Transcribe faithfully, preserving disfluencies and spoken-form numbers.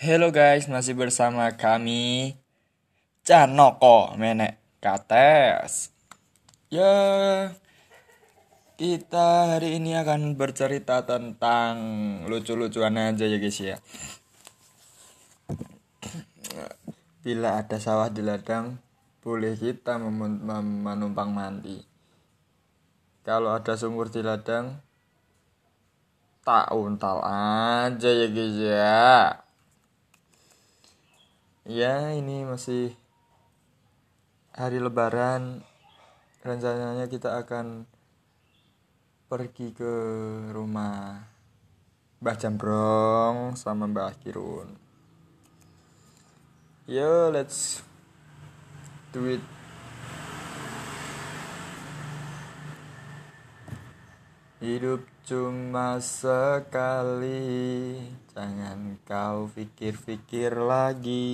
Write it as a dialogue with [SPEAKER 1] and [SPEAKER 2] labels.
[SPEAKER 1] Hello guys, masih bersama kami Canoko Menek Kates. Ya, kita hari ini akan bercerita tentang lucu-lucuan aja ya guys ya. Bila ada sawah di ladang, boleh kita mem- mem- menumpang mandi. Kalau ada sumur di ladang, tak untal aja ya guys ya. Ya, ini masih hari lebaran. Rencananya kita akan pergi ke rumah Mbah Jambrong sama Mbah Kirun. Yo, let's do it. Hidup cuma sekali, jangan kau pikir-pikir lagi.